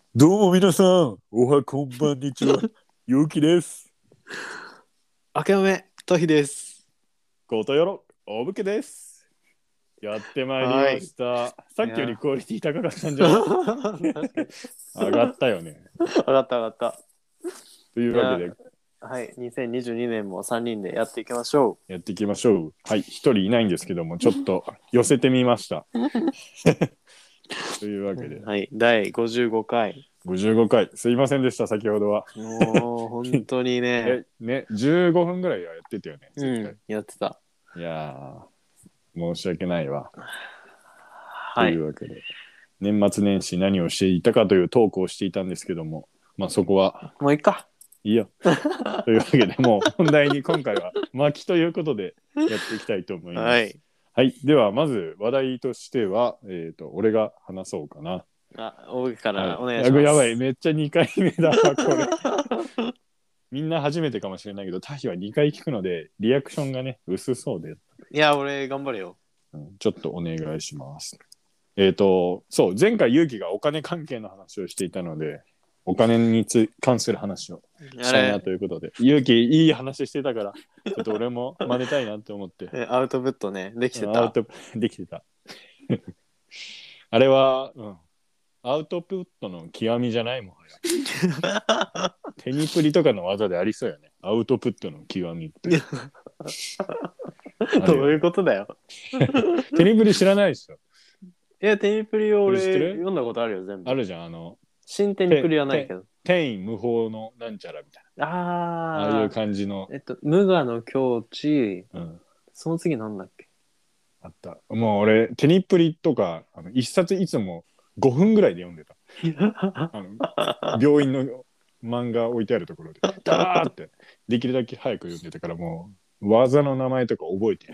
どうも皆さん、おはこんばんにちは、ゆうきです。 明けおめ、とひです。 ことよろ、おぶけです。やってまいりはい。 ました。さいや、 っきよりクオリティ高かったんじゃない？ 確かに。 上がったよね。 上がった上がった。 といういや、 わけで、 はい。2022年も3人でやっていきましょやっていきましょう。はい、一人いないんですけども、ちょっと寄せてみました。というわう。 けで、 はい。第55回。 55回、すいませんでした、先ほどは。 もう、本当にね。 ね、15分ぐらいはやってたよね、絶対。 うん、やってた。 いや申し訳ないわ。とはい。 いうわけで。年末年始何をしていたかというトークをしていたんですけども、まあそこはもういっか。 いいよ。というわけでもう本題に今回は巻きということでやっていきたいと思います。 はい。 はい。ではまず話題としては、俺が話そうかな。 大木かはい。 らお願いしやばい。 ます。 めっちゃ2回目だわ、これ。みんな初めてかもしれないけど、タヒは2回聞くので、リアクションがね、薄そうで、 いや、俺、頑張れよ。 ちょっとお願いします。そう、前回勇気がお金関係の話をしていたので、お金に関する話をしたいなあれ、 ということで、勇気いい話してたから、ちょっと俺も真似たいなって思って、 アウトプットね、できてた。 アウトできてた。あれは、アウトプットの極みじゃないもん。テニプリとかの技でありそうやね。アウトプットの極みって。あどるよね。 ういうことだよ。 テニプリ知らないでしょ。 いや、テニプリをこれ知ってる？ 俺読んだことあるよ、全部。 あるじゃん。 新テニプリはないけど。 天意無法のなんちゃらみたいな。ああいうあ感じの、 無我の境地、 うん、 その次なんだっけ？ あった。もう俺、テニプリとか、一冊いつも5分ぐらいで読んでた。病院の漫画置いてあるところで、ダーって、できるだけ早く読んでたから、もう、技の名前とか覚えてない。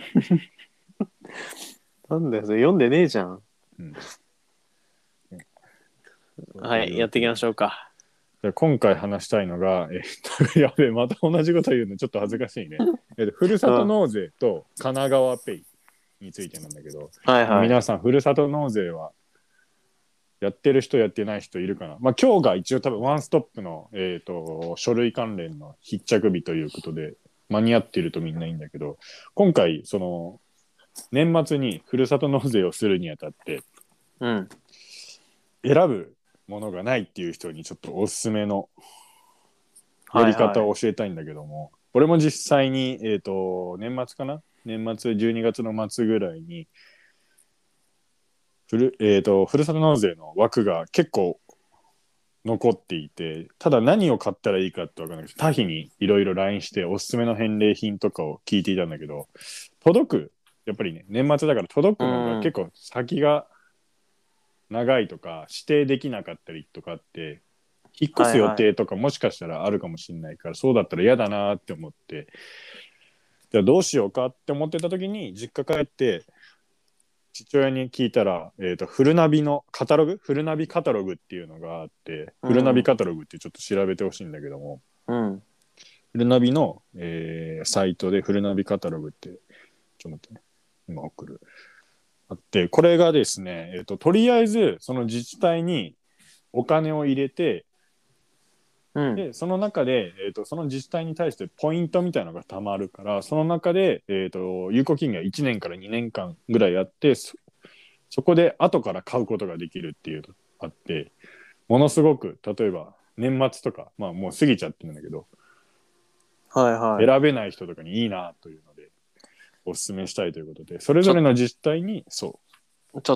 なんだよ、それ読んでねえじゃん。 うん。 はい、やっていきましょうか。 今回話したいのが、やべえ、また同じこと言うのちょっと恥ずかしいね。ふるさとうん。 納税と神奈川ペイについてなんだけど、 はいはい。 皆さん、ふるさと納税はやってる人やってない人いるかな。まあ今日が一応多分ワンストップの、書類関連の必着日ということで間に合っているとみんないいんだけど、今回その年末にふるさと納税をするにあたってうん。 選ぶものがないっていう人にちょっとおすすめのやり方はいはい。 を教えたいんだけども、俺も実際に、年末かな、年末12月の末ぐらいにふるさと納税の枠が結構残っていて、ただ何を買ったらいいかって分からないけど、他費にいろいろ LINE しておすすめの返礼品とかを聞いていたんだけど、届く、やっぱりね、年末だから届くのがうん。 結構先が長いとか、指定できなかったりとかって、引っ越す予はいはい。 定とかもしかしたらあるかもしれないから、そうだったら嫌だなって思って、じゃあどうしようかって思ってた時に、実家帰って、父親に聞いたら、フルナビのカタログフルナビカタログっていうのがあって、フルナビうん。 カタログってちょっと調べてほしいんだけども、 うん。 フルナビの、サイトでフルナビカタログって、ちょっと待ってね、今送る。あって、これがですね、とりあえずその自治体にお金を入れて、 うん。 で、その中で、その自治体に対してポイントみたいなのがたまるから、その中で、有効期限が1年から2年間ぐらいあって、そこで後から買うことができるっていうのがあって、ものすごく、例えば年末とか、まあもう過ぎちゃってるんだけど、 はいはい。 選べない人とかにいいなというので、お勧めしたいということで、それちょ、 ぞれの自治体に、そう、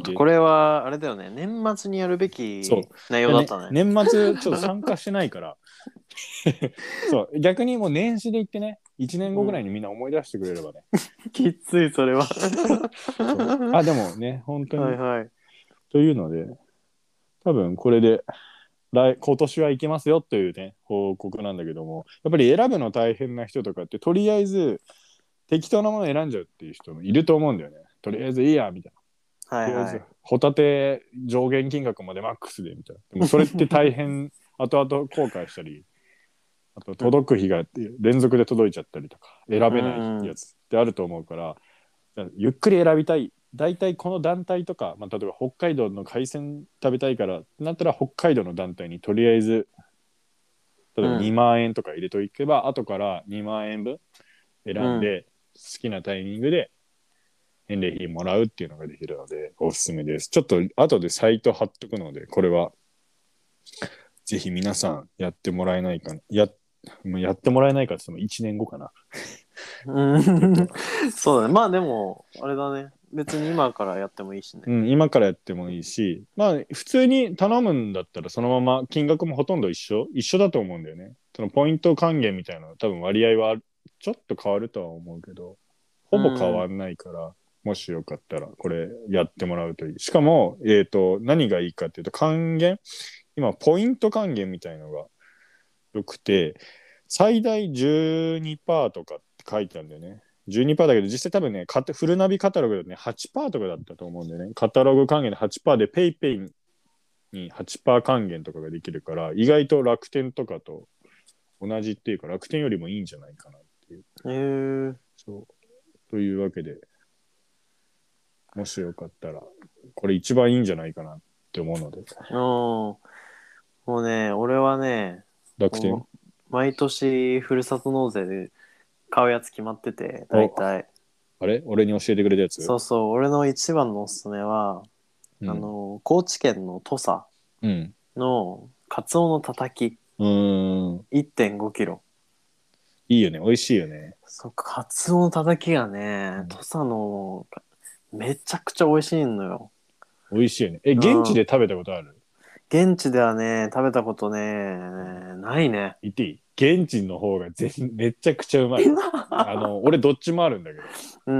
で、 ちょっとこれは、あれだよね。年末にやるべそう、 き内容でね、 だったね。 年末ちょっと参加してないから、そう、逆にもう年始で行ってね、1年後ぐらいうん。 にみんな思い出してくれればね。 きつい、それは。 そう。あ、でもね、本当に、 はいはい。 というので、多分これで今年はいけますよというね、報告なんだけども、やっぱり選ぶの大変な人とかって、とりあえず適当なものを選んじゃうっていう人もいると思うんだよね。とりあえずいいや、みたいな。とりあえず、 はいはい。 ホタテ上限金額までマックスで、みたいな。でもそれって大変、後々後悔したり、あと届く日が連続で届いちゃったりとか、選うべないん。 やつってあると思うから、ゆっくり選びたい。 大体この団体とか、まあ、例えば北海道の海鮮食べたいからってなったら北海道の団体にとりあえず例えば2万円とか入れとけば、後から2万円分選んで、好きなタイミングで返礼品もらうっていうのができるのでおすすめです。ちょっと後でサイト貼っとくので、これはぜひ皆さんやってもらえないかな。やってもらえないかって言っても1年後かな。 そうだね。まあでも、あれだね。別に今からやってもいいしね。 今からやってもいいし、まあ普通に頼むんだったらそのまま金額もほとんど一緒だと思うんだよね。そのポイント還元みたいなの多分割合はちょっと変わるとは思うけど、ほぼ変わんないから、もしよかったらこれやってもらうといい。しかも、何がいいかっていうと還元、今ポイント還元みたいのがよくて、最大12%とかって書いてあるんだよね。12%だけど、実際多分ね、フルナビカタログだとね、8%とかだったと思うんだよね。カタログ還元で8%で、ペイペイに8%還元とかができるから、意外と楽天とかと同じっていうか、楽天よりもいいんじゃないかなっていう。そう。というわけで、もしよかったら、これ一番いいんじゃないかなって思うので。 もうね、俺はね、 楽天毎年ふるさと納税で買うやつ決まってて、大体。 あれ俺に教えてくれたやつ。 そうそう、俺の一番のおすすめは、高知県の土佐のカツオのたたき、1.5 キロ。 いいよね、美味しいよね。 そう、カツオのたたきがね、土佐のめちゃくちゃ美味しいのよ。 美味しいよね。現地で食べたことある？ 現地ではね、食べたことね、ないね。 言っていい？現地の方がめちゃくちゃうまい。俺どっちもあるんだけど。 うん。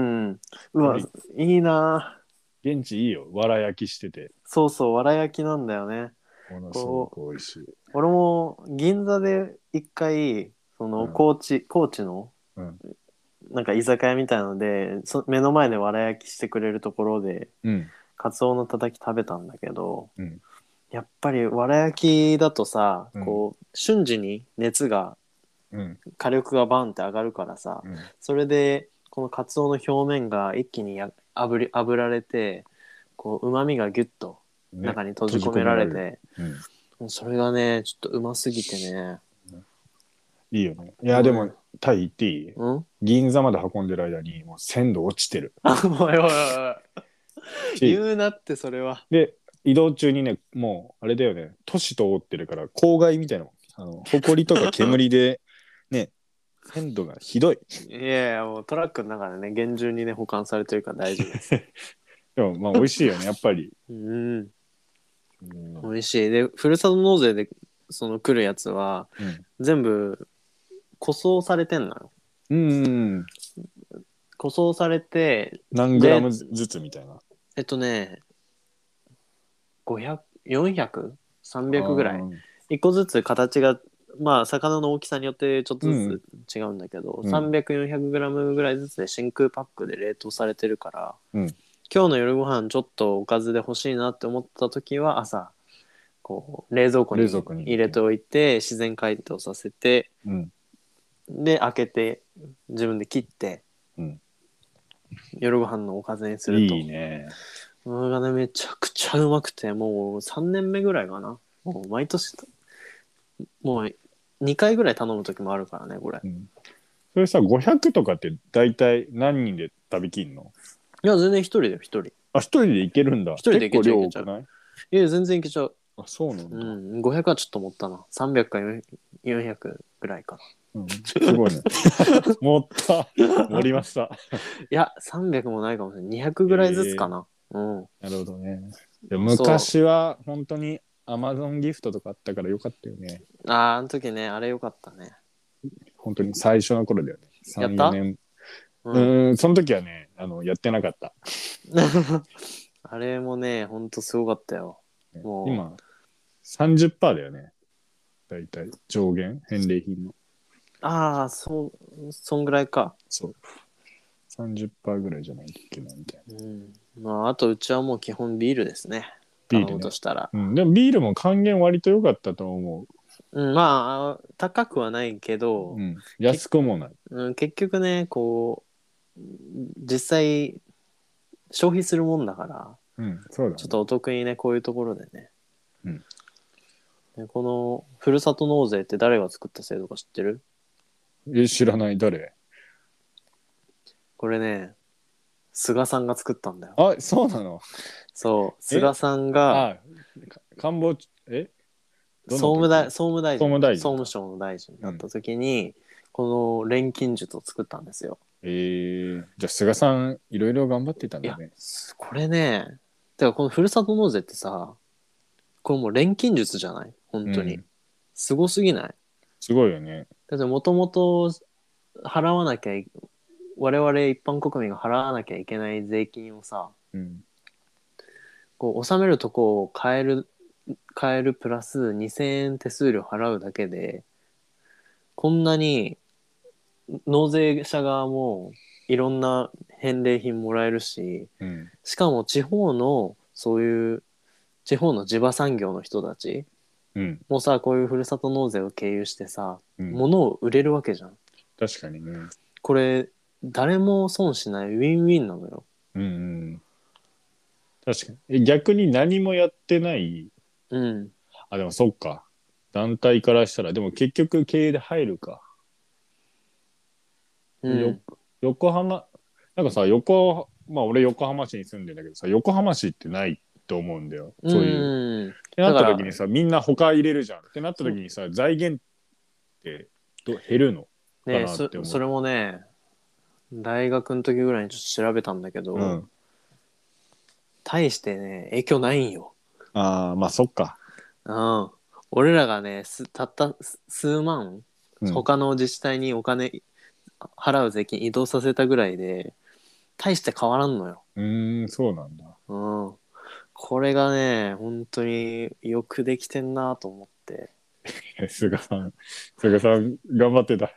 うわ、いいな。 現地いいよ。わら焼きしてて。 そうそう、わら焼きなんだよね。 ものすごく美味しい。 俺も銀座で一回、高知の、なんか居酒屋みたいので、目の前でわら焼きしてくれるところで、カツオのたたき食べたんだけど、やっぱりわら焼きだとさ、こう瞬時に熱が、火力がバンって上がるからさ、それでこのカツオの表面が一気に炙られて、こう旨味がギュッと中に閉じ込められて、それがねちょっとうますぎてね。 いいよね。いや、でもタイ行っていい？銀座まで運んでる間にもう鮮度落ちてる。 おいおいおい言うなって。それはで移動中にね、もうあれだよね、都市通ってるから公害みたいな、埃とか煙でね鮮度がひどい。 いやいや、もうトラックの中でね厳重にね保管されてるから大丈夫です。 でもまあ美味しいよね、やっぱり。 美味しい。でふるさと納税で来るやつは、全部個装されてんのよ。個装されて何グラムずつみたいな。 500、400、300ぐらい。1個ずつ形が、まあ魚の大きさによってちょっとずつ違うんだけど、300、400グラムぐらいずつで真空パックで冷凍されてるから、今日の夜ご飯ちょっとおかずで欲しいなって思った時は朝こう冷蔵庫に入れておいて自然解凍させて、で開けて自分で切って、夜ご飯のおかずにするといいね。 これがねめちゃくちゃうまくて、もう3年目ぐらいかな。もう毎年もう2回ぐらい頼む時もあるからねこれ。 それさ、500とかって大体何人で食べきんの？ いや全然一人だよ、一人。 あ、一人でいけるんだ。 一人でいけちゃう。 結構量多くない？ いや全然いけちゃう。 あ、そうなんだ。 500はちょっと持ったな。300か400ぐらいかな。すごいね。持りました。 いや300もないかもしれない。200ぐらいずつかな。 なるほどね。昔は本当にアマゾンギフトとかあったからよかったよね。 あの時ね、あれよかったね。 本当に最初の頃だよね。3、4年。その時はね、やってなかった。 あれもね、ほんとすごかったよ。 もう今、30% だよね。だいたい上限、返礼品の。 ああ、そんぐらいか。 そう。30% ぐらいじゃないといけないみたいな。 まあ、あとうちはもう基本ビールですね。頼むとしたら。 でもビールも還元割と良かったと思う。まあ、高くはないけど、 安くもない。 結局ね、こう、実際、 消費するもんだから、 そうだね。 ちょっとお得にね、こういうところでね。 うん。 でこのふるさと納税って誰が作った制度か知ってる？ 知らない、誰？ これね、菅さんが作ったんだよ。 あ、そうなの？ そう、菅さんがあ、官房、どの時？総務大臣か。 総務省の大臣だった時に、この錬金術を作ったんですよ。 じゃあ菅さんいろいろ頑張ってたんいや、 だね。 これね、てかこのふるさと納税ってさ、これもう錬金術じゃない本当に。すごすぎない？ すごいよね。 だってもともと払わなきゃい、我々一般国民が払わなきゃいけない税金をさ、こう納めるとこを変えるプラス2000円手数料払うだけで、こんなに納税者側もいろんな返礼品もらえるし、しかも地方のそういう地方の地場産業の人たちもうさ、こういうふるさと納税を経由してさ、物を売れるわけじゃん。 確かにね。 これ誰も損しないウィンウィンなのよ。 確かに。逆に何もやってない。でもそっか。団体からしたら、でも結局経営で入るか。横浜、なんかさ、俺横浜市に住んでんだけどさ、横浜市ってないと思うんだよ。そういう。ってなった時にさ、みんな他入れるじゃん。ってなった時にさ、財源って減るのかなって思う。 それもね、大学の時ぐらいにちょっと調べたんだけど、大してね、影響ないんよ。 まあそっか。 俺らがね、たった数万、他の自治体にお金払う税金移動させたぐらいで、大して変わらんのよ。 そうなんだ。 これがね、本当によくできてんなと思って。 菅さん頑張ってた。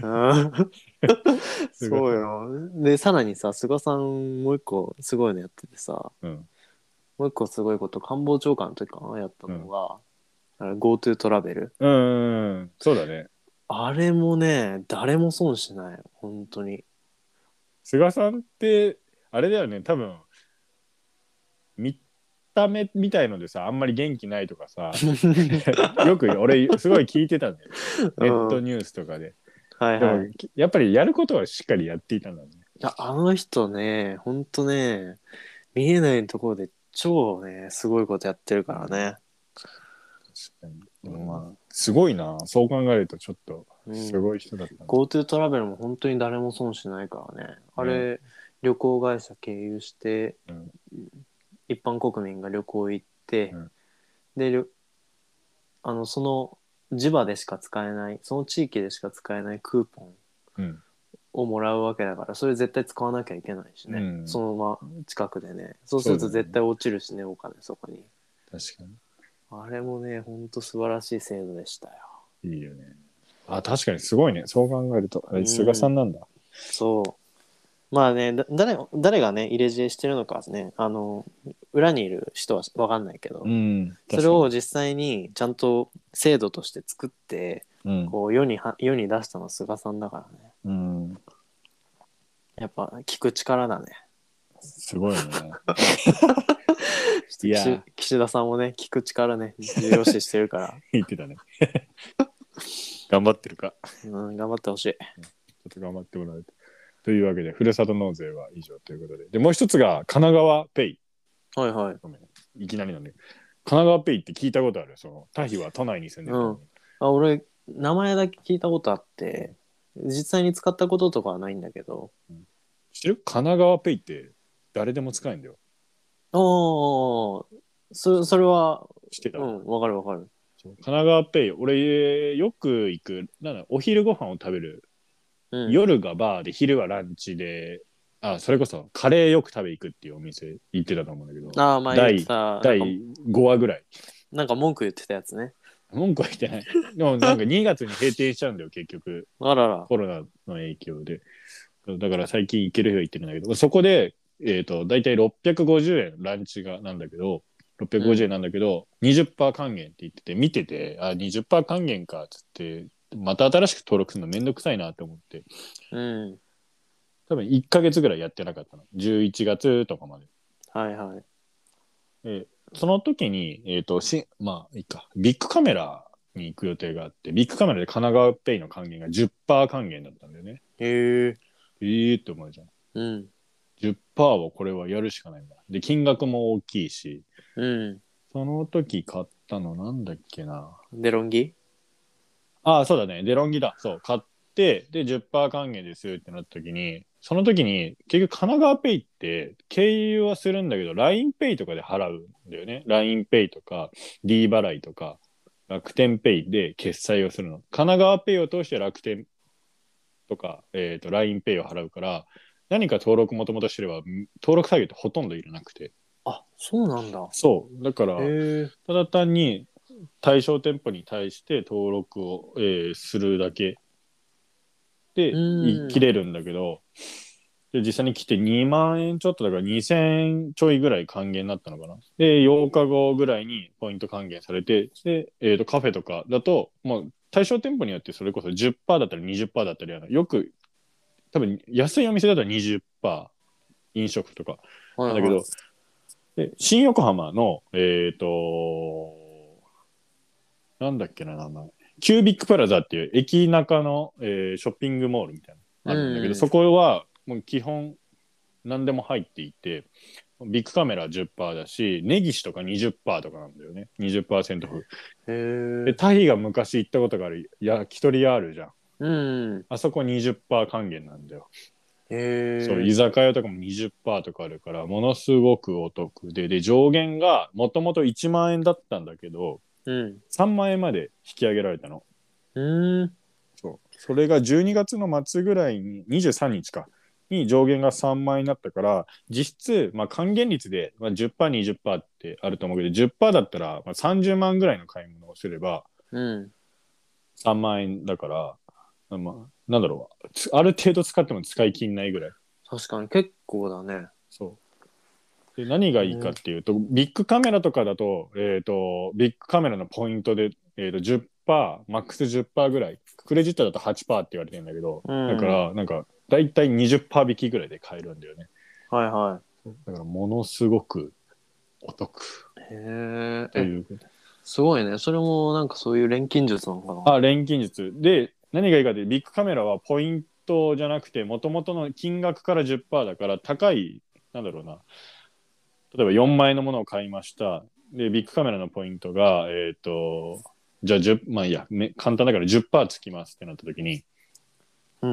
そうよ。で、さらにさ、菅さんもう一個すごいのやっててさ、もう一個すごいこと官房長官の時かなやったのが、GoTo トラベル。 そうだね。 あれもね、誰も損しない。本当に。 菅さんって、あれだよね、多分、見た目みたいのでさ、あんまり元気ないとかさ、よく俺、すごい聞いてたんだよ。ネットニュースとかで。でも、やっぱりやることはしっかりやっていたんだね。 あの人ね、ほんとね、見えないところで超ね、すごいことやってるからね。 確かに。でもまあ、すごいな。そう考えるとちょっと、すごい人だった。 GoTo トラベルも本当に誰も損しないからね。あれ、旅行会社経由して、一般国民が旅行行って、で、その地場でしか使えない、その地域でしか使えないクーポンをもらうわけだから、それ絶対使わなきゃいけないしね。そのまま近くでね。そうすると絶対落ちるしね、お金そこに。 確かに。 あれもね、ほんと素晴らしい制度でしたよ。 いいよね。確かにすごいね。そう考えると。菅さんなんだ。 そう。まあね、誰がね、入れ知恵してるのかはね、裏にいる人は分かんないけど、それを実際にちゃんと制度として作って、こう世に出したのは菅さんだからね。やっぱ聞く力だね。 すごいね。 岸田さんもね、聞く力ね、重要視してるから。 言ってたね。頑張ってるか。 頑張ってほしい。 ちょっと頑張ってもらうと。というわけで、ふるさと納税は以上ということで。で、もう一つが、神奈川ペイ。 はいはい。 ごめん。いきなりなんで。神奈川ペイって聞いたことある？タヒは都内に住んでるのに。 俺、名前だけ聞いたことあって、実際に使ったこととかはないんだけど。 知ってる？神奈川ペイって誰でも使えるんだよ。 それは、 知ってた？ わかるわかる。 神奈川ペイ、俺、よく行く、お昼ご飯を食べる。夜がバーで、昼はランチで、それこそカレーよく食べ行くっていうお店行ってたと思うんだけど、第5話ぐらい。 なんか文句言ってたやつね。 文句は言ってない。でもなんか2月に閉店しちゃうんだよ、結局。 あらら。 コロナの影響で。だから最近行ける日は行ってるんだけど、そこで、だいたい650円ランチがなんだけど、650円なんだけど、20% 還元って言ってて、見てて、20% 還元かっつって、また新しく登録するのめんどくさいなって思って。 多分1ヶ月ぐらいやってなかったの。11月とかまで。 はいはい。 その時に、まあいいか、ビッグカメラに行く予定があって、ビッグカメラで神奈川ペイの還元が 10% 還元だったんだよね。 へえ。 って思うじゃん。 うん。 10% をこれはやるしかないんだ。で、金額も大きいし、 うん。 その時買ったのなんだっけな。 デロンギ。 ああ、そうだね。デロンギだ。そう、買って、で、10% 還元ですってなった時に、その時に、結局、神奈川ペイって、経由はするんだけど、LINEPay とかで払うんだよね。LINEPay とか、D 払いとか、楽天ペイで決済をするの。神奈川ペイを通して楽天とか、LINEPay を払うから、何か登録もともとしてれば、登録作業ってほとんどいらなくて。 あ、そうなんだ。 そう。だから、 へえ。 ただ単に対象店舗に対して登録を、するだけうで切ん。 れるんだけど、で実際に来て2万円ちょっとだから2000円ちょいぐらい還元になったのかな。で、8日後ぐらいにポイント還元されて、で、カフェとかだと、もう対象店舗によってそれこそ10%だったり20%だったりよく、多分安いお店だったら20%飲食とか。 はいはい。 なんだけど、で新横浜の、なんだっけな、名前。キュービックプラザっていう駅中の、ショッピングモールみたいなのあるんだけど、そこはもう基本何でも入っていて、ビッグカメラ10%だし、ネギシとか20%とかなんだよね。20% オフ。で、 へえ。 タヒが昔行ったことがある焼き鳥屋あるじゃん。 うん。 あそこ20%還元なんだよ。そう、 へえ。 居酒屋とかも20%とかあるから、ものすごくお得で、上限がもともと1万円だったんだけど、 うん。 3万円まで引き上げられたの。 うん。 そう。それが12月の末ぐらいに、23日か、に上限が3万円になったから、実質、まあ、還元率で、まあ、10%、20%ってあると思うけど、10%だったら、まあ、30万ぐらいの買い物をすれば、 うん。 3万円だから、まあ、なんだろう、ある程度使っても使い切んないぐらい。 確かに結構だね。 そう。で、何がいいかっていうと、ビッグカメラとかだと、ビッグカメラのポイントで、10%、マックス10%ぐらい、クレジットだと8%って言われてるんだけど、 うん。 だから、なんか、だいたい20%引きぐらいで買えるんだよね。 はいはだから、ものすごくお得い。へえ。 ということ。 すごいね。それもなんかそういう錬金術なのかな。 あ、錬金術。で、何がいいかってビッグカメラはポイントじゃなくて、もともとの金額から10%だから、高い、なんだろうな。例えば4万円のものを買いました。で、ビッグカメラのポイントが、じゃあ10、まあいいや、簡単だから10%つきますってなった時に、 うん。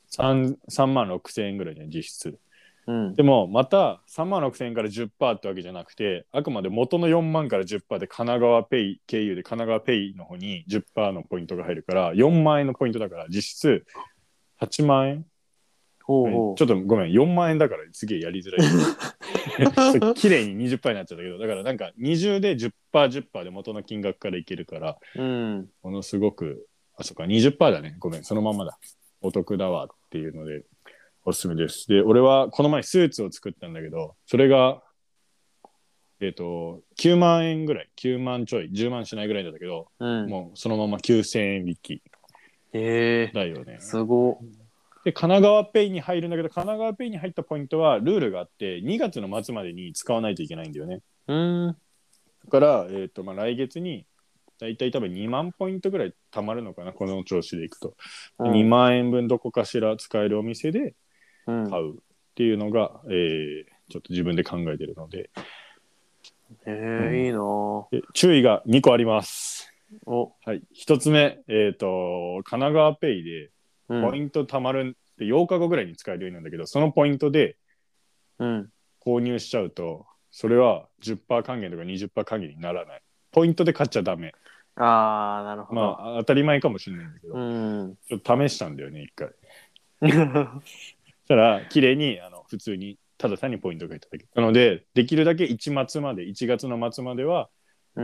3万6千円ぐらいじゃん、実質。 うん。 でも、また3万6千円から10%ってわけじゃなくて、あくまで元の4万から10%で神奈川ペイ経由で神奈川ペイの方に10%のポイントが入るから、4万円のポイントだから、実質8万円。 ほうほちょっとごめん、4万円だからすげえやりづらい。綺麗に20%になっちゃったけど、だからなんか20で10%、10%で元の金額からいけるから、 う。うん。 ものすごく、あ、そっか、20%だね。ごめん、そのままだ。お得だわっていうので、おすすめです。で、俺はこの前スーツを作ったんだけど、それが、9万円ぐらい、9万ちょい、10万しないぐらいだったけど、 うん。 もうそのまま9000円引きへえ。 だよね。 すご。 で、神奈川ペイに入るんだけど、神奈川ペイに入ったポイントはルールがあって、2月の末までに使わないといけないんだよね。 うん。 だから、まあ、来月に、だいたい多分2万ポイントぐらい貯まるのかな、この調子でいくと。 うん。 2万円分どこかしら使えるお店でうん。 買うっていうのが、ちょっと自分で考えてるので、 へうん、 え、いいなぁ。 で注意が2個あります。 お。 はい。1つ目、神奈川ペイでうん。 ポイント貯まるって8日後ぐらいに使えるようになるんだけど、そのポイントでうん。 購入しちゃうと、それは10%還元とか20%還元にならない。ポイントで買っちゃダメ。 ああ、なるほど。 まあ、当たり前かもしれないんだけうど、 ん。 ちょっと試したんだよね、一回。そしたら、綺麗に、普通に、ただ単にポイントが入っただけ。なので、できるだけ1月の末までは、 うん。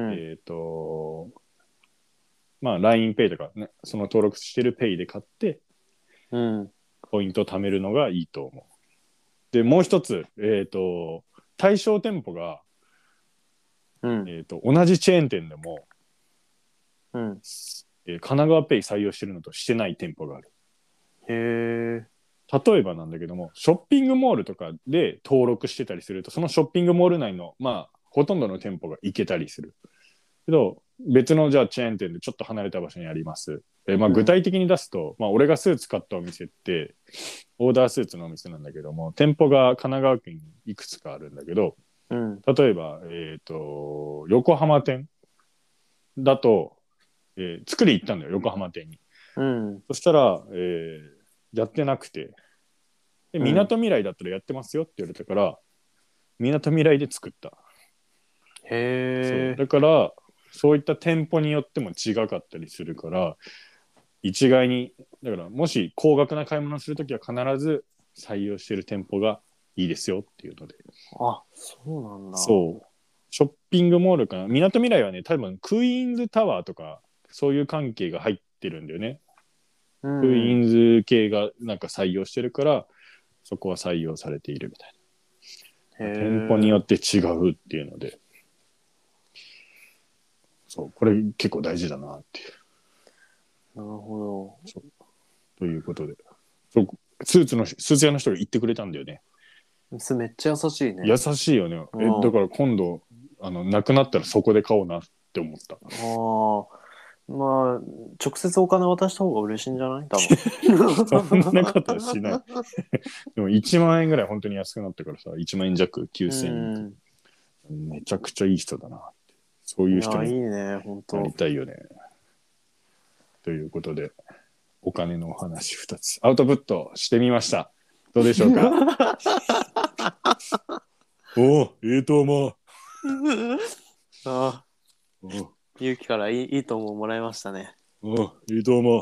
まあ、LINEPay とかね、その登録してる Pay で買って、 うん。 ポイントを貯めるのがいいと思う。で、もう一つ、対象店舗が、 うん。 同じチェーン店でも、 うん。 神奈川ペイ採用してるのとしてない店舗がある。 へえ。 例えばなんだけども、ショッピングモールとかで登録してたりすると、そのショッピングモール内の、まあ、ほとんどの店舗が行けたりする。けど、別のじゃあチェーン店でちょっと離れた場所にあります。まあ、具体的に出すと、まあ、俺がスーツ買ったお店って、オーダースーツのお店なんだけども、店舗が神奈川県にいくつかあるんだけど、 うん。 例えば、横浜店だと、作り行ったんだよ、横浜店に。 うん。 そしたら、やってなくて、で、みなとみらいだったらやってますよって言われたから、みなとみらいで作った。 へえ。 だから、そういった店舗によっても違かったりするから、一概に、だからもし高額な買い物をするときは必ず採用している店舗がいいですよっていうので。 あ、そうなんだ。 そう。ショッピングモールかな。みなとみらいはね、多分クイーンズタワーとか、そういう関係が入ってるんだよね。 うん、 クイーンズ系がなんか採用してるから、そこは採用されているみたいな。店舗によって違うっていうので。そう、これ結構大事だなっていう。 なるほど。そうということで。そう、スーツ屋の人が言ってくれたんだよね。 それめっちゃ優しいね。 優しいよね。だから今度、なくなったらそこで買おうなって思った。 ああ。まあ、直接お金渡した方が嬉しいんじゃない多分。 そんなことはしない。でも1万円ぐらい本当に安くなったからさ、1万円弱、9000円。めちゃくちゃいい人だなって。そういう人にいいね、本当。 なりたいよね。ということで、お金のお話2つ。アウトプットしてみました。どうでしょうかおお、と思う。 ああ。勇気からいいと思うもらいましたね。 いいと思う。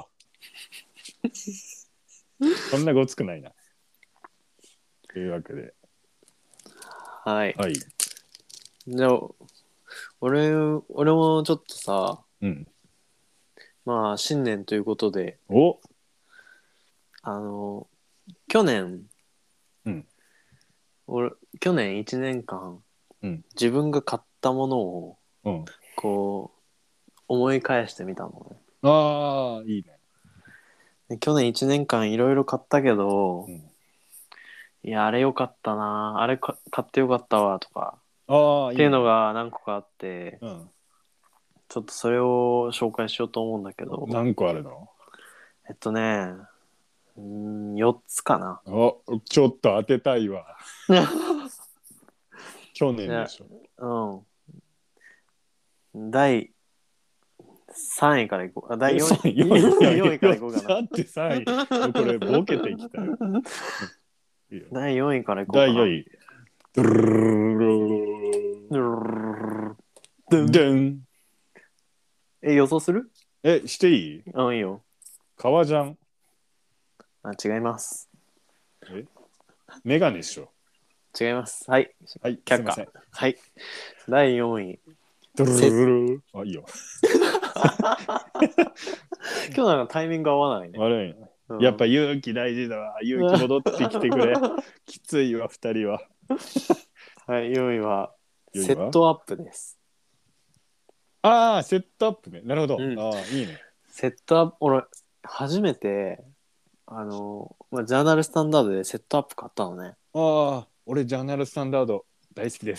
そんなごつくないな。というわけで。 はい。 はい。 じゃあ、俺もちょっとさ、まあ、新年ということで、去年、去年1年間、自分が買ったものを、こう、思い返してみたのね。 ああ、いいね。 で去年1年間いろいろ買ったけど、いや、あれよかったな、あれ買ってよかったわ、とか、っていうのが何個かあって、ちょっとそれを紹介しようと思うんだけど。 何個あるの ？4つかな。 ちょっと当てたいわ。去年でしょ。 第3位からいこう。第4位からいこうかな。 だって3位。これ、ボケてきたよ。 第4位からいこうかな。 第4位。ドゥルルルルル。 予想する？ していい？ いいよ。 革ジャン。 違います。 メガネでしょ。 違います。はい。 はい、すいません。 はい。第4位。 ドゥルルルル。いいよ。 今日なんかタイミング合わないね。 悪いね。やっぱ勇気大事だわ。勇気戻ってきてくれ。きついわ、2人は。 はい、4位はセットアップです。 セットアップね。なるほど。いいね。 セットアップ、俺、初めて、ジャーナルスタンダードでセットアップ買ったのね。 俺ジャーナルスタンダード大好きです。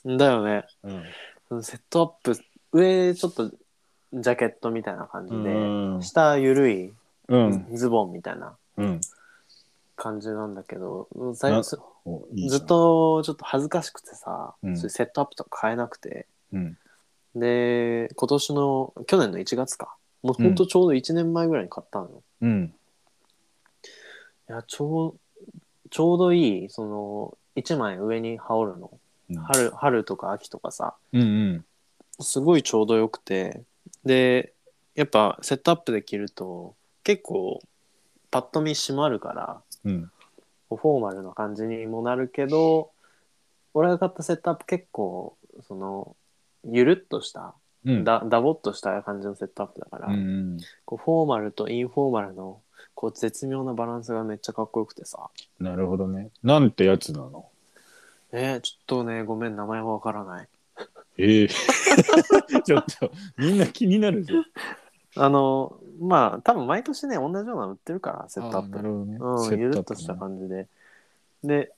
だよね。そのセットアップ、上ちょっとジャケットみたいな感じで、下ゆるいズボンみたいな感じなんだけど、ずっとちょっと恥ずかしくてさ、そういうセットアップとか買えなくて、で、去年の1月か。もうほんとちょうど1年前ぐらいに買ったのよ。いや、ちょうどいい、1枚上に羽織るの。春とか秋とかさ、すごいちょうどよくて、で、やっぱセットアップで着ると結構パッと見締まるから、フォーマルな感じにもなるけど、俺が買ったセットアップ結構ゆるっとした、ダボっとした感じのセットアップだから、こうフォーマルとインフォーマルのこう絶妙なバランスがめっちゃかっこよくてさ。 なるほどね。なんてやつなの？ ちょっとね、ごめん、名前はわからない。ちょっとみんな気になるぞ。 まあ多分毎年ね同じようなの売ってるからセットアップ。 なるほどね。 うん、ゆるっとしたじ。 感じで。で、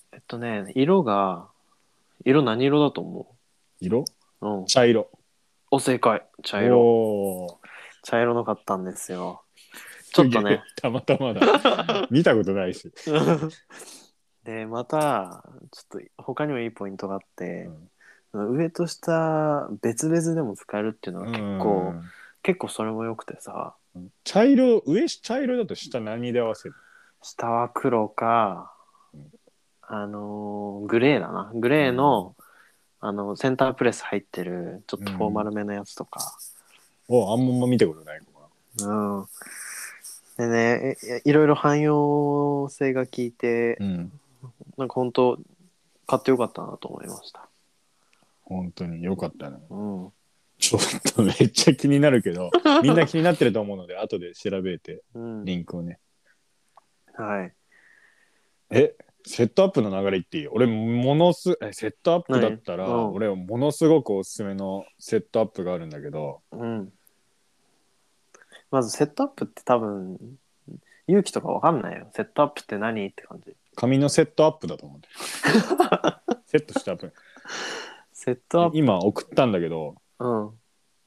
色何色だと思色う？うん。 茶色。 お、正解。茶色。 おー。 茶色の買ったんですよ。ちょすげえ、 っとね。 たまたまだ。見たことないし。 で、また、ちょっと他にもいいポイントがあっうて、 ん。 上と下別々でも使えるっていうのはうん結構それも良くてさ、 茶色、茶色だと下何で合わせる？ 下は黒か、 うんグレーだな。グレーうんの、センタープレス入ってる、ちょっとフォーマうんルめのやつとか。 あんま見たことないかうん。でね、いろいろ汎用性が効いて、 な。うん。 なんか本当買ってよかったなと思いました。 本当によかったね。 うん。 ちょっとめっちゃ気になるけど、みんな気になってると思うので、後で調べて、 うん。 リンクをね。 はい。 セットアップの流れ言っていい？俺、セットアップだったら、 何？ 俺はものすごくおすすめのセットアップがあるんだけど、 うん。まずセットアップって多分、勇気とかわかんないよ。セットアップって何って感じ。 紙のセットアップだと思うんだよ。セットしたアップ。 セットアップ。 今送ったんだけど、 うん。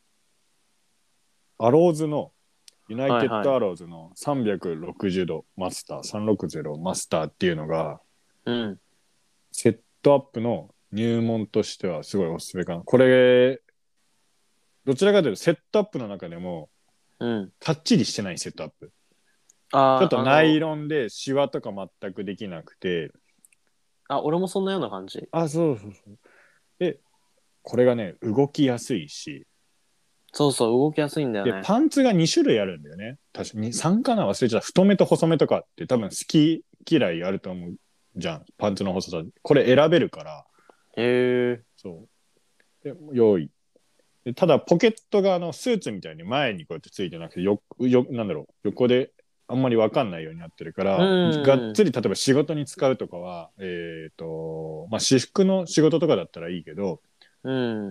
アローズの、ユナイテッドアはいはい。 ローズの360度マスター、360マスターっていうのが、 うん。 セットアップの入門としてはすごいおすすめかな。これ、どちらかというとセットアップの中でも、 うん。 かっちりしてないセットアップ。ちょっあー、 とナイロンでシワとか全くできなくて、 俺もそんなような感じ。 そうそうそう。で、これがね、動きやすいし、 そうそう、動きやすいんだよで、 ね。 パンツが2種類あるんだよね。確かに3かな忘れちゃった。太めと細めとかって多分好き嫌いあると思うじゃん。パンツの細さ。これ選べるから。 へえ。 そう。で、用意。でただ、ポケットがスーツみたいに前にこうやってついてなくて、なんだろう、横であんまり分かんないようになってるかうら、がっん。 つり例えば仕事に使うとかは、まあ、私服の仕事とかだったらいいけど、 うん。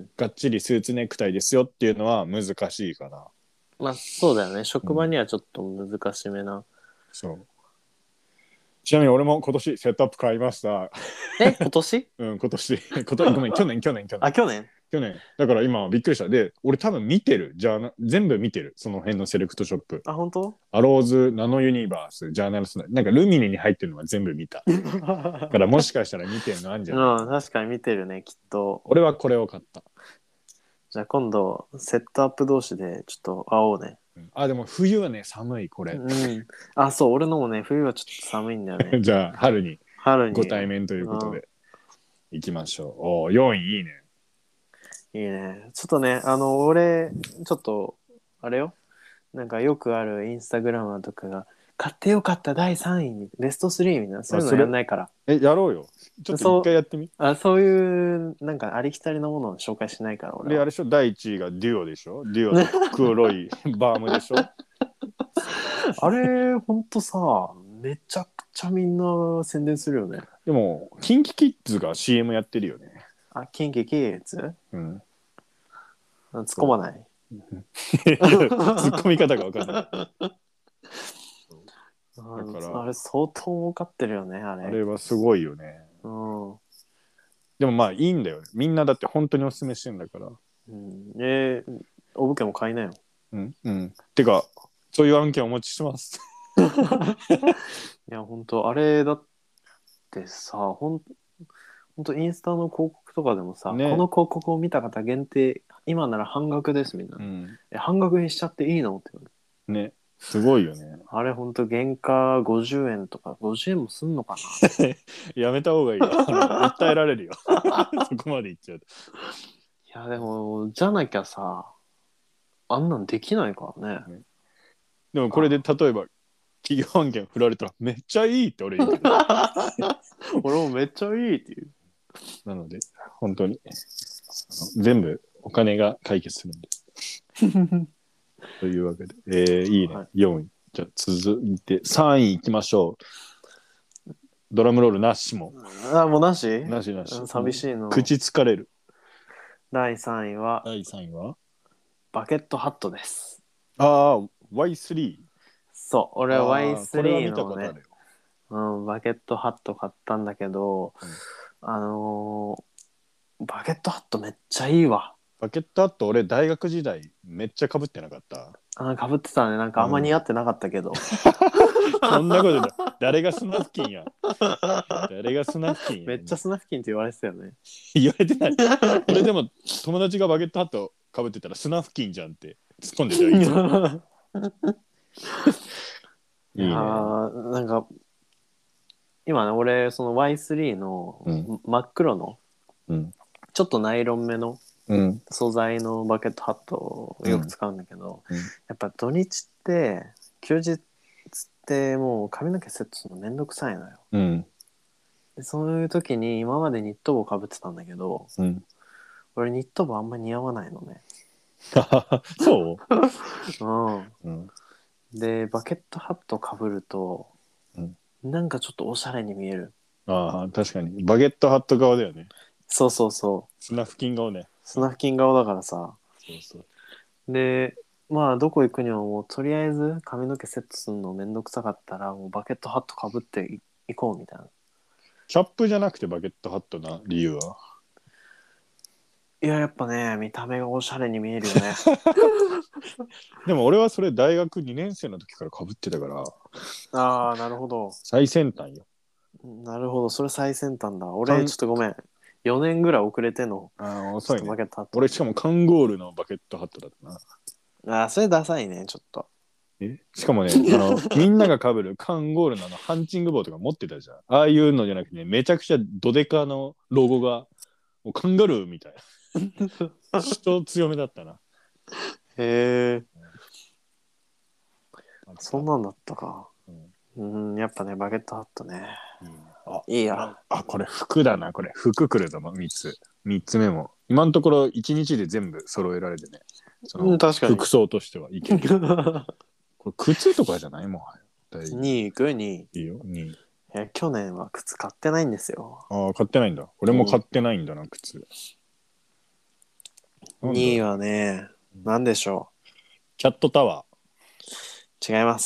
がっちりスーツネクタイですよっていうのは難しいかな。 まあそうだよね。 うん、 職場にはちょっと難しめな。 そう。ちなみに俺も今年セットアップ買いました。 今年？ うん、今年。ごめん、 あ、去年？ 去年。だから今びっくりした。で、俺多分見てる。全部見てる。その辺のセレクトショップ。 あ、本当？ アローズ、ナノユニバース、ジャーナルスナなんかルミネに入ってるのは全部見た。だからもしかしたら見てるのあるんじゃないかうん、 な。 確かに見てるね、きっと。 俺はこれを買った。 じゃあ今度、セットアップ同士でちょっと会おうね。 でも冬はね、寒い、これ。 うん。あ、そう、俺のもね、冬はちょっと寒いんだよね。 じゃあ、春に春に。 ご対面ということうん。 で、行きましょう。4位いいね。 いいね。ちょっとね、俺、ちょっと、あれよ。なんかよくあるインスタグラマーとかが、買ってよかった第3位、ベスト3みたいな、そういうのやんないから。 やろうよ。ちょっと一回やってみ。 そういう、なんかありきたりのものを紹介しないから、俺で、あは。 れでしょ、第1位がデュオでしょ。デュオと黒いバームでしょ。 あれ、ほんとさ、めちゃくちゃみんな宣伝するよね。 でも、キンキキッズが CM やってるよね。 あ、キンキキッズ？ うん。 突っ込まない。 突っ込み方が分かんない。だからあれ相当儲かってるよね、あれ。 あれはすごいよね。 うん。 でもまあいいんだよ。みんなだって本当におすすめしてんだから。 うん、お武家も買いなよ。 うんうん。てか、そういう案件お持ちします。 いや、ほんと、あれだってさ、ほんとインスタの広告とかでもさ、 ね。 この広告を見た方限定、今なら半額ですみんな。 うん。 半額にしちゃっていいのって言われる。 ね。すごいよね。 あれほんと原価50円とか、50円もすんのかやめた方がいいよ。訴えられるよ。そこまで言っちゃうと。 な。いや、でも、じゃなきゃさ、あんなんできないからね。 でもこれで例えば企業案件振られたらめっちゃいいって俺言うけど。 俺もめっちゃいいってなので本当に全部お金が解決するんです。というわけで、いいね、はい、4位。じゃあ続いて3位いきましょう。ドラムロールなしも。 もうなし？ なしなし。 寂しいの。 口疲れる。 第3位はバケットハットです。 ああ、 Y3。 そう、俺はこれは Y3 見たこのね、 とあるよ。 バケットハット買ったんだけど、あのバケットハットめっちゃいいわ。 バケットハット俺大学時代めっちゃ被ってなかった？ かぶってたね。なんかあんま似合ってなかったけど。 そんなことない。誰がスナフキンや。誰がスナフキンや。 めっちゃスナフキンって言われてたよね。 言われてない。俺でも友達がバケットハット被ってたらスナフキンじゃんって突っ込んでたよ。いつもいやーなんか今ね俺その Y3 の真っ黒の、ちょっとナイロン目の素材のバケットハットをよく使うんだけど、やっぱ土日って休日ってもう髪の毛セットするのめんどくさいのよ、でそういう時に今までニット帽かぶってたんだけど、俺ニット帽あんま似合わないのね。 そう 、でバケットハットかぶると、なんかちょっとおしゃれに見える。 ああ確かにバゲットハット側だよね。 そうそうそう。 スナフキン顔ね。 スナフキン顔だからさ。 そうそう。 でまあどこ行くにももうとりあえず髪の毛セットするのめんどくさかったらもうバケットハットかぶって行こうみたいな。 キャップじゃなくてバケットハットな理由は？ いややっぱね見た目がおしゃれに見えるよね。 でも俺はそれ大学2年生の時からかぶってたから。 ああなるほど。 最先端よ。 なるほどそれ最先端だ。俺ちょっとごめん4年ぐらい遅れての。 遅いね。 バケットハット俺しかもカンゴールのバケットハットだったな。それダサいねちょっと。 しかもねみんなが被るカンゴールのハンチング帽とか持ってたじゃん。ああいうのじゃなくてねめちゃくちゃドデカのロゴがもうカンガルーみたいな人強めだったな。 へえ、そんなんだったか。やっぱねバケットハットね、いいや。 これ服だな。これ服くるぞ。3つ目も今のところ1日で全部揃えられてね、その確かに服装としてはいける。これ靴とかじゃない？もはや 2位行く2位。 いいよ2位。 去年は靴買ってないんですよ。 買ってないんだ。俺も買ってないんだな、靴。 2位はね、何でしょう。 キャットタワー。違います。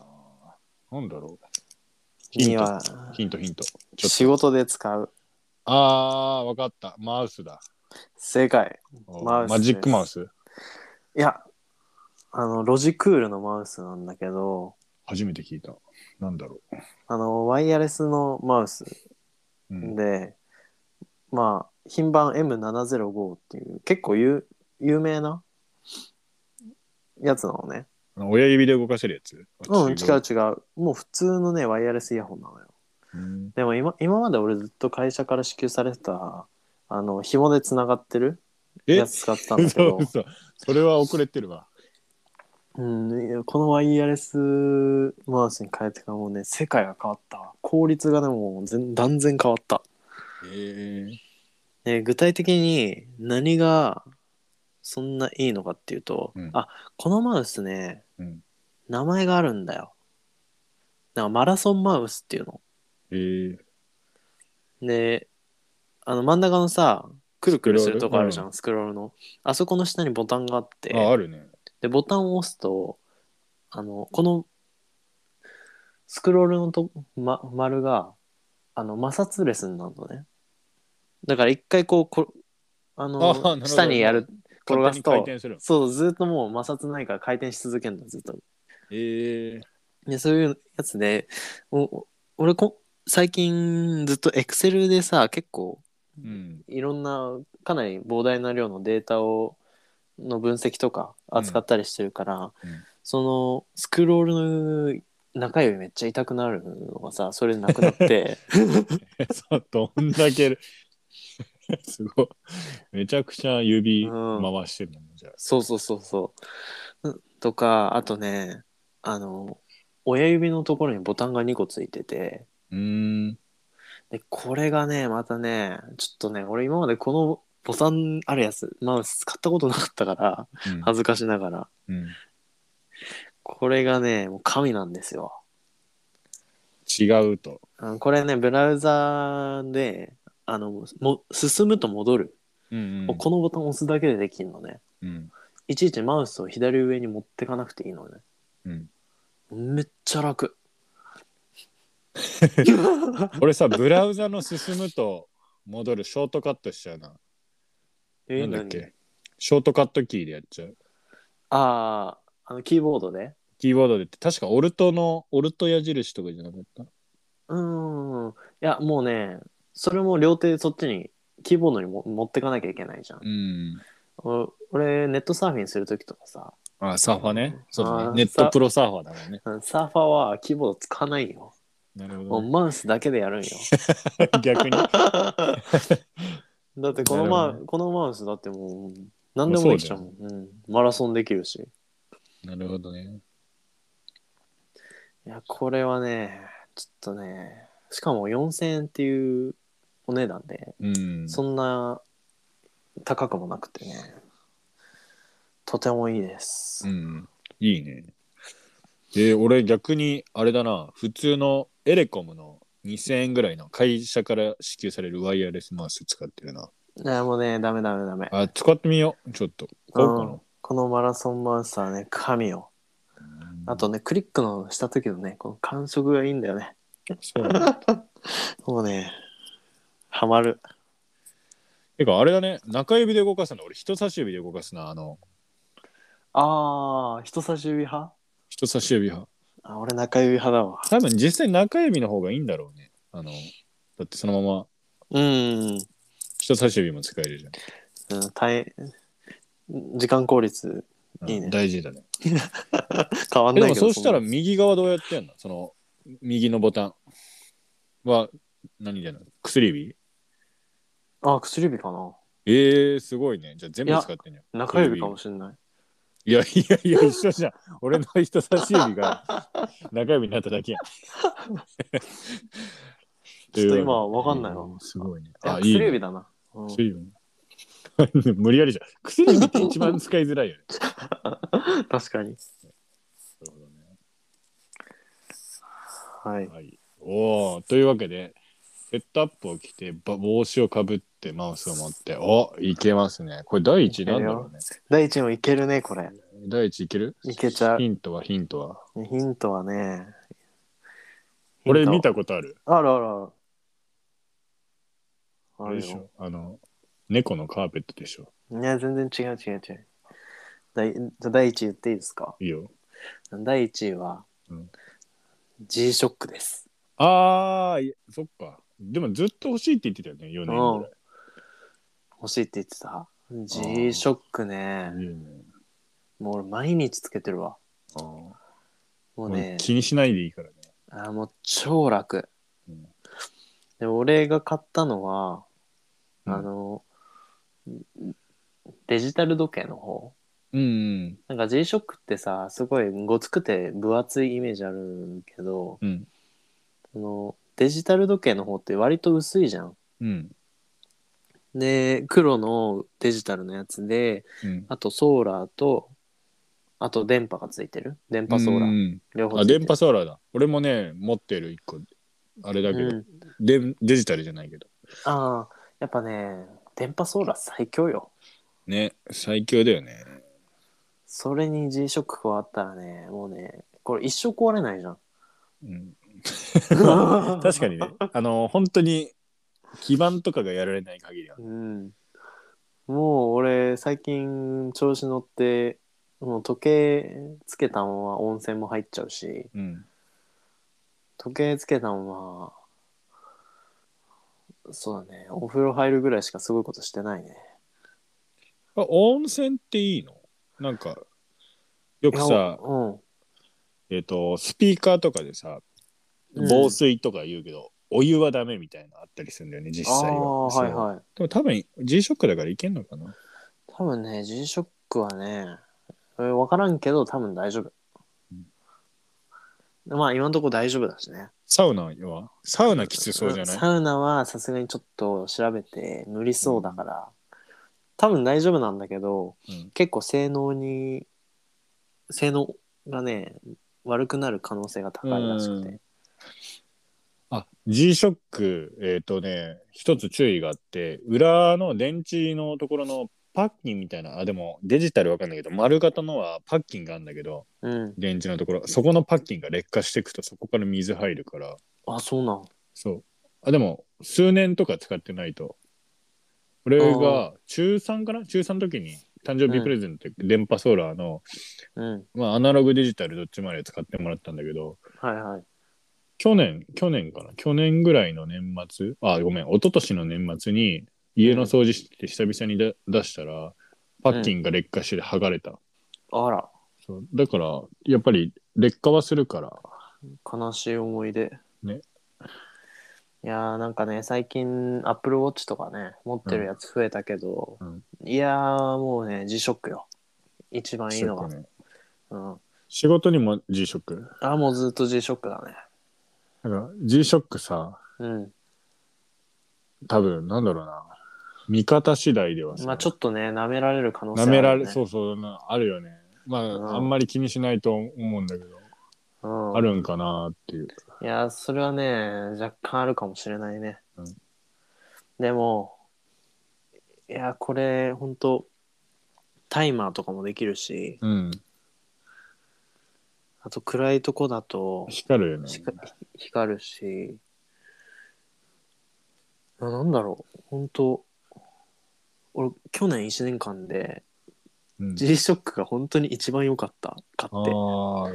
なんだろう。 2位はヒント。 仕事で使う。 わかった。マウスだ。 正解。 マジックマウス？ いや、ロジクールのマウスなんだけど。 初めて聞いた。なんだろう。ワイヤレスのマウスで、まあ、品番 M705 っていう結構有名なやつなのね。 親指で動かせるやつ？ 違う。もう普通のね、ワイヤレスイヤホンなのよ。でも今まで俺ずっと会社から支給されてた、紐でつながってるやつ使ってたんだけど。 それは遅れてるわ。 このワイヤレスマウスに変えてからもうね、世界が変わったわ。効率がね、もう断然変わった。具体的に何がそんないいのかっていうと、このマウスね、名前があるんだよ。なんかマラソンマウスっていうの。で、真ん中のさ、くるくるするとこあるじゃん、スクロールの。あそこの下にボタンがあって、 あるね。 で、ボタンを押すと、このスクロールの丸が、摩擦レスになるのね。だから一回下にやる、転がすと、そう、ずっともう摩擦ないから回転し続けるの、ずっと。で、そういうやつで、俺最近ずっと Excel でさ、結構、いろんな、かなり膨大な量のデータの分析とか扱ったりしてるから、そのスクロールの中指めっちゃ痛くなるのがさ、それでなくなってどんだけすごいめちゃくちゃ指回してるの、じゃあ。 そうとか、あとね、親指のところにボタンが2個ついてて、でこれがねまたねちょっとね、俺今までこのボタンあるやつマウス使ったことなかったから、恥ずかしながら、これがねもう神なんですよ。 違うと。 これねブラウザーで進むと戻る、このボタンを押すだけでできるのね。 いちいちマウスを左上に持ってかなくていいのね。めっちゃ楽。 俺さ、ブラウザの進むと戻るショートカットしちゃうな。なんだっけ、ショートカットキーでやっちゃう。 キーボードでキーボードでって確かオルト矢印とかじゃなかった？ いや、もうね、それも両手そっちに、キーボードに持ってかなきゃいけないじゃん。俺、ネットサーフィンするときとかさ。 サーファーね。そうだね。ネットプロサーファーだもんね。 サーファーはキーボード使わないよ。 なるほど、 もうマウスだけでやるんよ。 逆に。 だってこのマウスだってもう何でもできちゃうもん。マラソンできるし。 なるほどね。 いや、これはね、ちょっとね、しかも4000円っていうお値段で、そんな高くもなくてね、とてもいいです。 いいね。俺逆にあれだな、普通のエレコムの2000円ぐらいの会社から支給されるワイヤレスマウス使ってるな。 いや、もうね、ダメ。 使ってみよう。ちょっと買おうかな。 このマラソンマウスはね、神よ。あとね、クリックのした時のね、この感触がいいんだよね。 そうだね。 もうね、ハマる。 てかあれだね、中指で動かすの俺人差し指で動かすな。 人差し指派？ 人差し指派。 俺中指派だわ。 多分実際中指の方がいいんだろうね。だってそのまま人差し指も使えるじゃん。時間効率いいね。 大事だね。 変わんないけど。 でもそうしたら右側どうやってやんの？その右のボタンは何でやるの？薬指？ 薬指かな。 すごいね。じゃあ全部使ってんじゃん。 中指かもしれない。 いや一緒じゃん。俺の人差し指が中指になっただけやん。 ちょっと今わかんないわ。 すごいね。 薬指だな。 薬指無理やりじゃん。薬指って一番使いづらいよね。 確かに。 なるほどね。 はい。 というわけでセットアップを着て帽子をかぶってマウスを持っていけますね。これ第一なんだろうね。 第一もいけるね、これ。 第一いける？ いけちゃう。 ヒントはヒントはね、 俺見たことある。 ある。 あれでしょ、猫のカーペットでしょ。 いや、全然違う。第一言っていいですか？ いいよ。 第一位は、G ショックです。 そっか。でもずっと欲しいって言ってたよね、4年ぐらい。 欲しいって言ってた？ G ショックね。もう俺毎日つけてるわ。もうね、 気にしないでいいからね。 もう超楽。で俺が買ったのは、デジタル時計の方。なんか G ショックってさ、すごいごつくて分厚いイメージあるけど、デジタル時計の方って割と薄いじゃん。で、黒のデジタルのやつで、あとソーラーと、あと電波がついてる。電波ソーラー。両方ついてる。 電波ソーラーだ。俺もね、持ってる1個。あれだけど、デジタルじゃないけど。 やっぱね、電波ソーラー最強よ。 ね、最強だよね。 それに G ショック加わったらね、もうね、これ一生壊れないじゃん。 確かにね。本当に基板とかがやられない限りは。 もう俺最近調子乗ってもう時計つけたまま温泉も入っちゃうし、時計つけたままそうだね、お風呂入るぐらいしかすごいことしてないね。 温泉っていいの？なんかよくさ、スピーカーとかでさ、防水とか言うけど、お湯はダメみたいなのあったりするんだよね、実際は。でも多分 G ショックだからいけんのかな。 多分ね、 G ショックはね、分からんけど多分大丈夫。まあ今のところ大丈夫だしね。 サウナきつそうじゃない？ サウナはさすがにちょっと調べて無理そうだから、多分大丈夫なんだけど、結構性能がね悪くなる可能性が高いらしくて。 G ショック一つ注意があって、裏の電池のところのパッキンみたいな、でもデジタルわかんないけど、丸型のはパッキンがあるんだけど、電池のところ、そこのパッキンが劣化していくとそこから水入るから。 あ、そうなん。 そう。でも数年とか使ってないと。俺が中3かな、中3の時に誕生日プレゼントで電波ソーラーの、アナログデジタルどっちまで使ってもらったんだけど、去年かな、去年ぐらいの年末、一昨年の年末に家の掃除して久々に出したら、パッキンが劣化して剥がれた。 あら。 そうだからやっぱり劣化はするから。 悲しい思い出。 ね。 いやーなんかね、最近 Apple Watch とかね持ってるやつ増えたけど、いやーもうね G-SHOCK よ。一番いいのが。 仕事にも G-SHOCK？ もうずっと G-SHOCK だね。 なんか G-SHOCK さ、多分なんだろうな、見方次第ではさ、 ちょっとね舐められる可能性あるよね。 そうあるよね。あんまり気にしないと思うんだけど、あるんかなっていう。 いやそれはね若干あるかもしれないね。でもいやこれほんとタイマーとかもできるし、あと暗いとこだと光るよね。 光るし、なんだろう、ほんと俺去年1年間で、G-SHOCK が本当に一番良かった買って。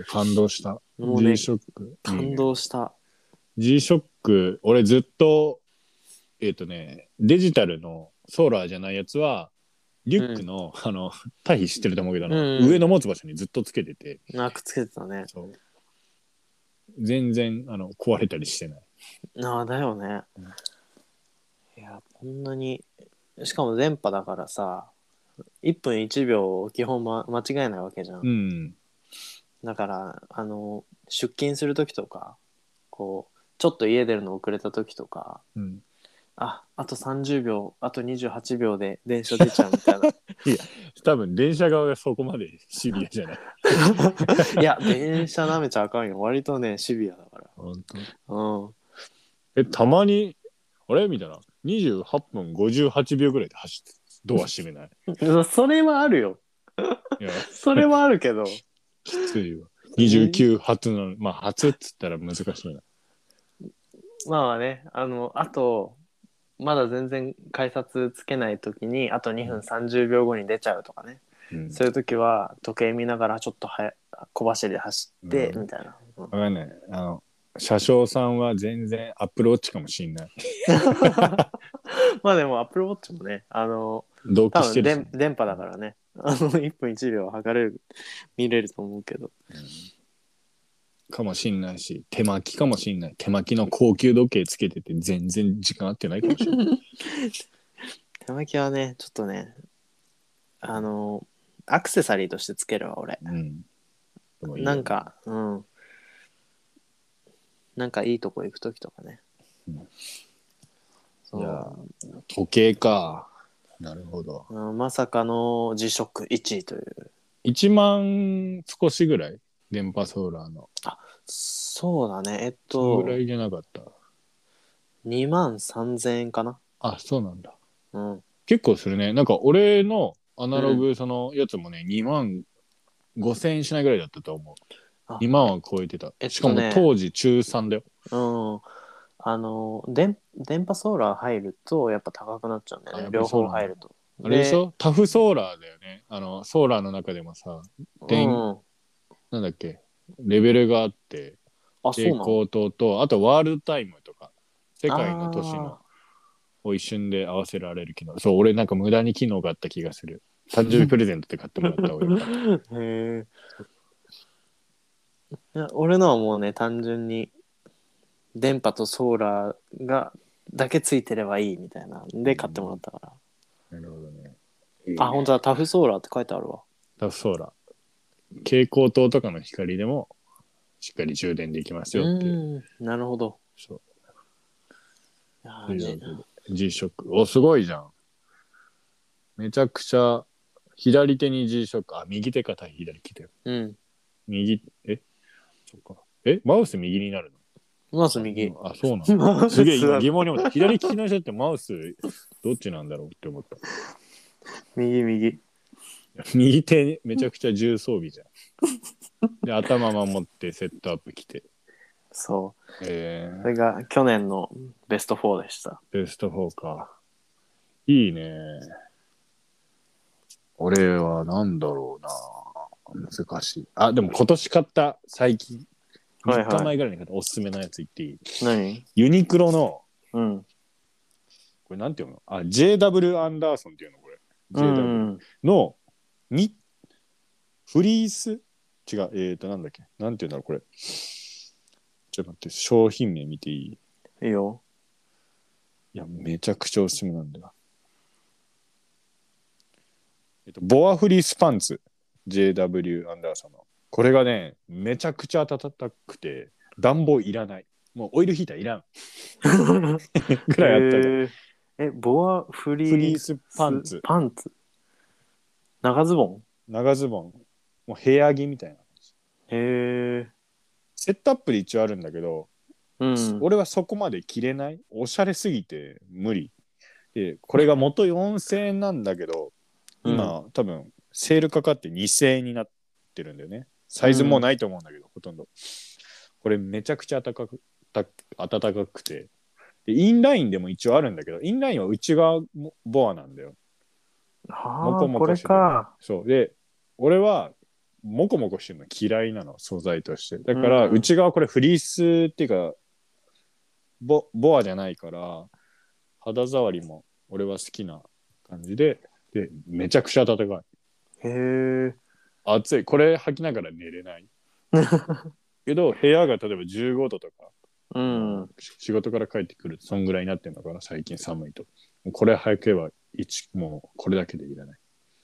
感動した。 もうね、G-SHOCK 感動した。 G-SHOCK 俺ずっとデジタルのソーラーじゃないやつはリュックの、タイ知ってると思うけど、上の持つ場所にずっとつけてて。 くっつけてたね。 そう。全然壊れたりしてない。 だよね。いやこんなに、しかも電波だからさ、1分1秒基本、間違えないわけじゃん。だから出勤する時とかこうちょっと家出るの遅れた時とか、あと30秒あと28秒で電車出ちゃうみたいな。いや多分電車側がそこまでシビアじゃない。 いや電車なめちゃあかんよ。割とねシビアだから。 本当。たまにあれみたいな28分58秒ぐらいで走ってドア閉めない？ それはあるよ。いやそれはあるけどきついわ。29発の初っつったら難しいな。 ねあとまだ全然改札つけない時にあと2分30秒後に出ちゃうとかね、そういう時は時計見ながらちょっと小走りで走ってみたいな。 分かんない。車掌さんは全然アップルウォッチかもしんない。 でもアップルウォッチもね同期してるし、 多分電波だからね1分1秒測れる見れると思うけど、 かもしんないし、手巻きかもしんない。手巻きの高級時計つけてて全然時間合ってないかもしれない。 手巻きはねちょっとねアクセサリーとしてつけるわ俺。なんかなんかいいとこ行く時とかね。 いや時計か。なるほど。 まさかの G-SHOCK 1位という。 1万少しぐらい電波ソーラーの。 そうだね。 そのぐらいじゃなかった。 2万3000円かな。 そうなんだ。結構するね。なんか俺のアナログそのやつもね、2万5000円しないぐらいだったと思う。2万は超えてた。しかも当時中3だよ。 電波ソーラー入るとやっぱ高くなっちゃうんだよね。両方入ると。 あれでしょ、タフソーラーだよね。ソーラーの中でもさ、なんだっけ、レベルがあって、蛍光灯と、あとワールドタイムとか、世界の都市のを一瞬で合わせられる機能。そう、俺なんか無駄に機能があった気がする。誕生日プレゼントで買ってもらった俺。 へえ。俺のはもうね、単純に電波とソーラーがだけついてればいいみたいなんで買ってもらったから。 なるほどね。 本当だ、タフソーラーって書いてあるわ。 タフソーラー。蛍光灯とかの光でもしっかり充電できますよっていう。 なるほど。 そう。G-SHOCK。すごいじゃん。めちゃくちゃ左手に G-SHOCK。右手か左手よ。右、そっか。マウス右になるの？ マウス右。 そうなの。すげえ今疑問に思った。左利きの人ってマウスどっちなんだろうって思った。 右。 右手めちゃくちゃ重装備じゃん。で、頭守ってセットアップ来て。 そう。それが去年のベスト4でした。 ベスト4か。いいね。俺はなんだろうな。難しい。あ、でも今年買った最近。3日前ぐらいに買ったおすすめのやつ言っていい？ 何？ ユニクロの、 うん。 これなんていうの？あ、JW アンダーソンっていうのこれ。JW の、フリース違う、なんだっけなんていうんだろうこれ。ちょっと待って、商品名見ていい？ いいよ。 いや、めちゃくちゃおすすめなんだよ。ボアフリースパンツ JW アンダーソンの。これがね、めちゃくちゃ暖かくて、暖房いらない。もうオイルヒーターいらん。ぐらいあったじゃん。 ボアフリースパンツ。 長ズボン？ 長ズボン。もう部屋着みたいな感じ。 へえ。 セットアップで一応あるんだけど、 うん、 俺はそこまで着れない。おしゃれすぎて無理。で、これが元4000円なんだけど、今、多分セールかかって2000円になってるんだよね。サイズもないと思うんだけど、ほとんど。これめちゃくちゃ暖かくて。で、インラインでも一応あるんだけど、インラインは内側ボアなんだよ。 モコモコしてる。これか。 そう。で、俺はモコモコしてるの嫌いなの、素材として。だから、内側これフリースっていうか、ボアじゃないから、肌触りも俺は好きな感じで、で、めちゃくちゃ暖かい。 へえ。 暑い。これ履きながら寝れない。けど、部屋が例えば15度とか、仕事から帰ってくると、そんぐらいになってるのかな、最近寒いと。これ履けば、もうこれだけでいらない。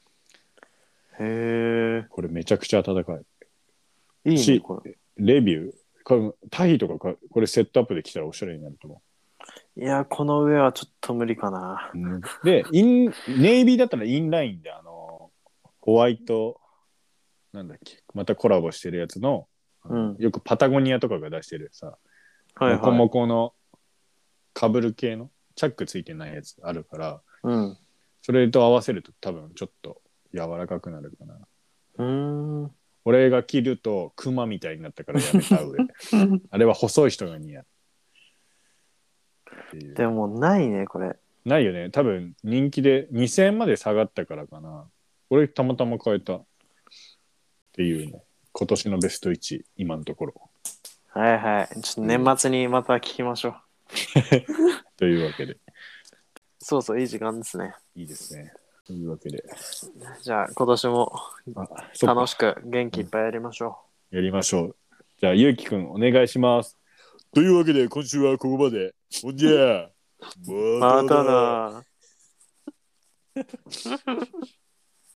へえ。 これめちゃくちゃ暖かい。 いいね、これ。 レビュー。タイとかこれセットアップできたらおしゃれになると思う。いや、この上はちょっと無理かな。 で、ネイビーだったらインラインで、ホワイト、なんだっけ、またコラボしてるやつの、よくパタゴニアとかが出してるさ、モコモコのかぶる系のチャックついてないやつあるから、それと合わせると多分ちょっと柔らかくなるかな。俺が着るとクマみたいになったからやめた上あれは細い人が似合う。 でもないねこれ。 ないよね。多分人気で2000円まで下がったからかな。俺たまたま買えたっていうね。今年のベスト1今のところ。 はいはい。ちょっと年末にまた聞きましょう。 というわけで。 そうそう、いい時間ですね。 いいですね。というわけで。 じゃあ今年も楽しく元気いっぱいやりましょう。やりましょう。じゃあゆうきくんお願いします。というわけで今週はここまで。ほんじゃ。 またな。